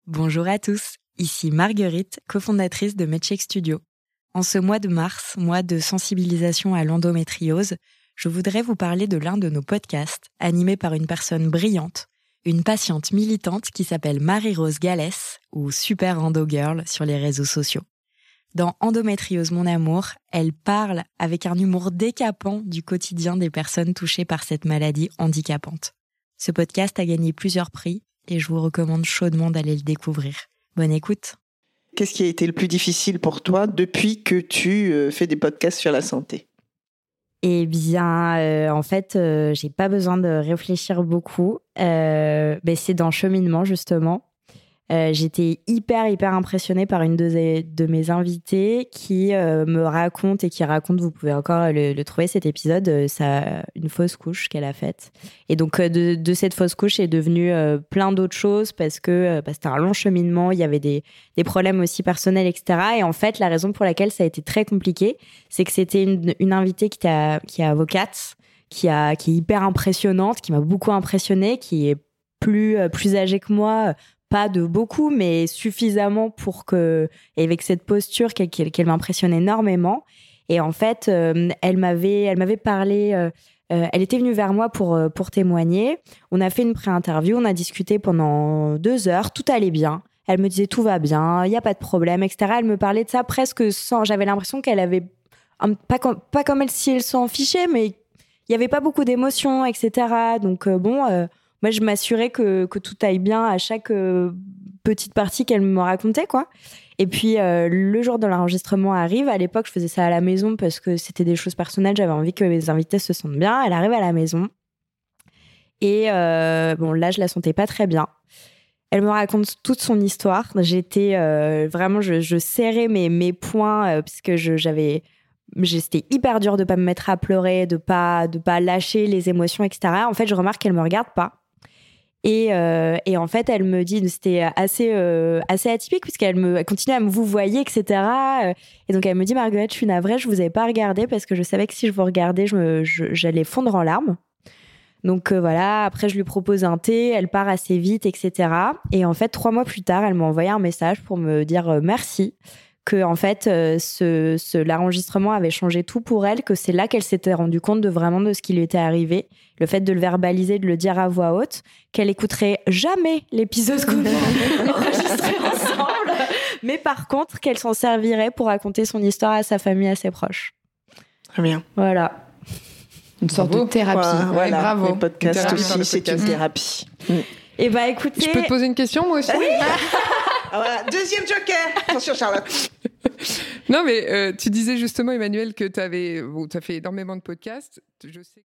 Bonjour à tous, ici Marguerite, cofondatrice de MedCheck Studio. En ce mois de mars, mois de sensibilisation à l'endométriose, je voudrais vous parler de l'un de nos podcasts, animé par une personne brillante, une patiente militante qui s'appelle Marie-Rose Gallès, ou Super Endo Girl sur les réseaux sociaux. Dans Endométriose mon amour, elle parle avec un humour décapant du quotidien des personnes touchées par cette maladie handicapante. Ce podcast a gagné plusieurs prix et je vous recommande chaudement d'aller le découvrir. Bonne écoute. Qu'est-ce qui a été le plus difficile pour toi depuis que tu fais des podcasts sur la santé ? Eh bien, en fait, j'ai pas besoin de réfléchir beaucoup. C'est dans le cheminement, justement. J'étais hyper impressionnée par une de mes invitées qui me raconte et qui raconte, vous pouvez encore le trouver cet épisode, une fausse couche qu'elle a faite. Et donc de cette fausse couche est devenu plein d'autres choses parce que c'était un long cheminement, il y avait des problèmes aussi personnels, etc. Et en fait, la raison pour laquelle ça a été très compliqué, c'est que c'était une invitée qui est avocate, qui est hyper impressionnante, qui m'a beaucoup impressionnée, qui est plus âgée que moi, pas de beaucoup, mais suffisamment pour que, et avec cette posture qu'elle m'impressionne énormément. Et en fait, elle m'avait parlé, elle était venue vers moi pour témoigner. On a fait une pré-interview, on a discuté pendant 2 heures, tout allait bien. Elle me disait tout va bien, il n'y a pas de problème, etc. Elle me parlait de ça presque sans, j'avais l'impression qu'elle avait, pas comme elle si elle s'en fichait, mais il n'y avait pas beaucoup d'émotions, etc. Donc moi, je m'assurais que tout aille bien à chaque petite partie qu'elle me racontait, quoi. Et puis, le jour de l'enregistrement arrive. À l'époque, je faisais ça à la maison parce que c'était des choses personnelles. J'avais envie que mes invités se sentent bien. Elle arrive à la maison. Et là, je la sentais pas très bien. Elle me raconte toute son histoire. J'étais vraiment... Je serrais mes poings puisque c'était hyper dur de pas me mettre à pleurer, de pas lâcher les émotions, etc. En fait, je remarque qu'elle me regarde pas. Et en fait, elle me dit, c'était assez atypique puisqu'elle continue à me vouvoyer, etc. Et donc, elle me dit, Marguerite, je suis navrée, je vous avais pas regardé parce que je savais que si je vous regardais, j'allais fondre en larmes. Donc voilà, après, je lui propose un thé, elle part assez vite, etc. Et en fait, 3 mois plus tard, elle m'a envoyé un message pour me dire merci. Que en fait l'enregistrement avait changé tout pour elle, que c'est là qu'elle s'était rendue compte de ce qui lui était arrivé, le fait de le verbaliser, de le dire à voix haute, qu'elle écouterait jamais l'épisode qu'on a enregistré ensemble, mais par contre qu'elle s'en servirait pour raconter son histoire à sa famille, à ses proches. Très bien. Voilà. Une sorte de thérapie. Voilà, bravo. Les podcasts aussi, c'est une thérapie. Et écoutez... Je peux te poser une question, moi aussi ? Oui. Voilà. Deuxième joker. Attention, Charlotte. Non, mais tu disais justement, Emmanuel, que tu as fait énormément de podcasts. Je sais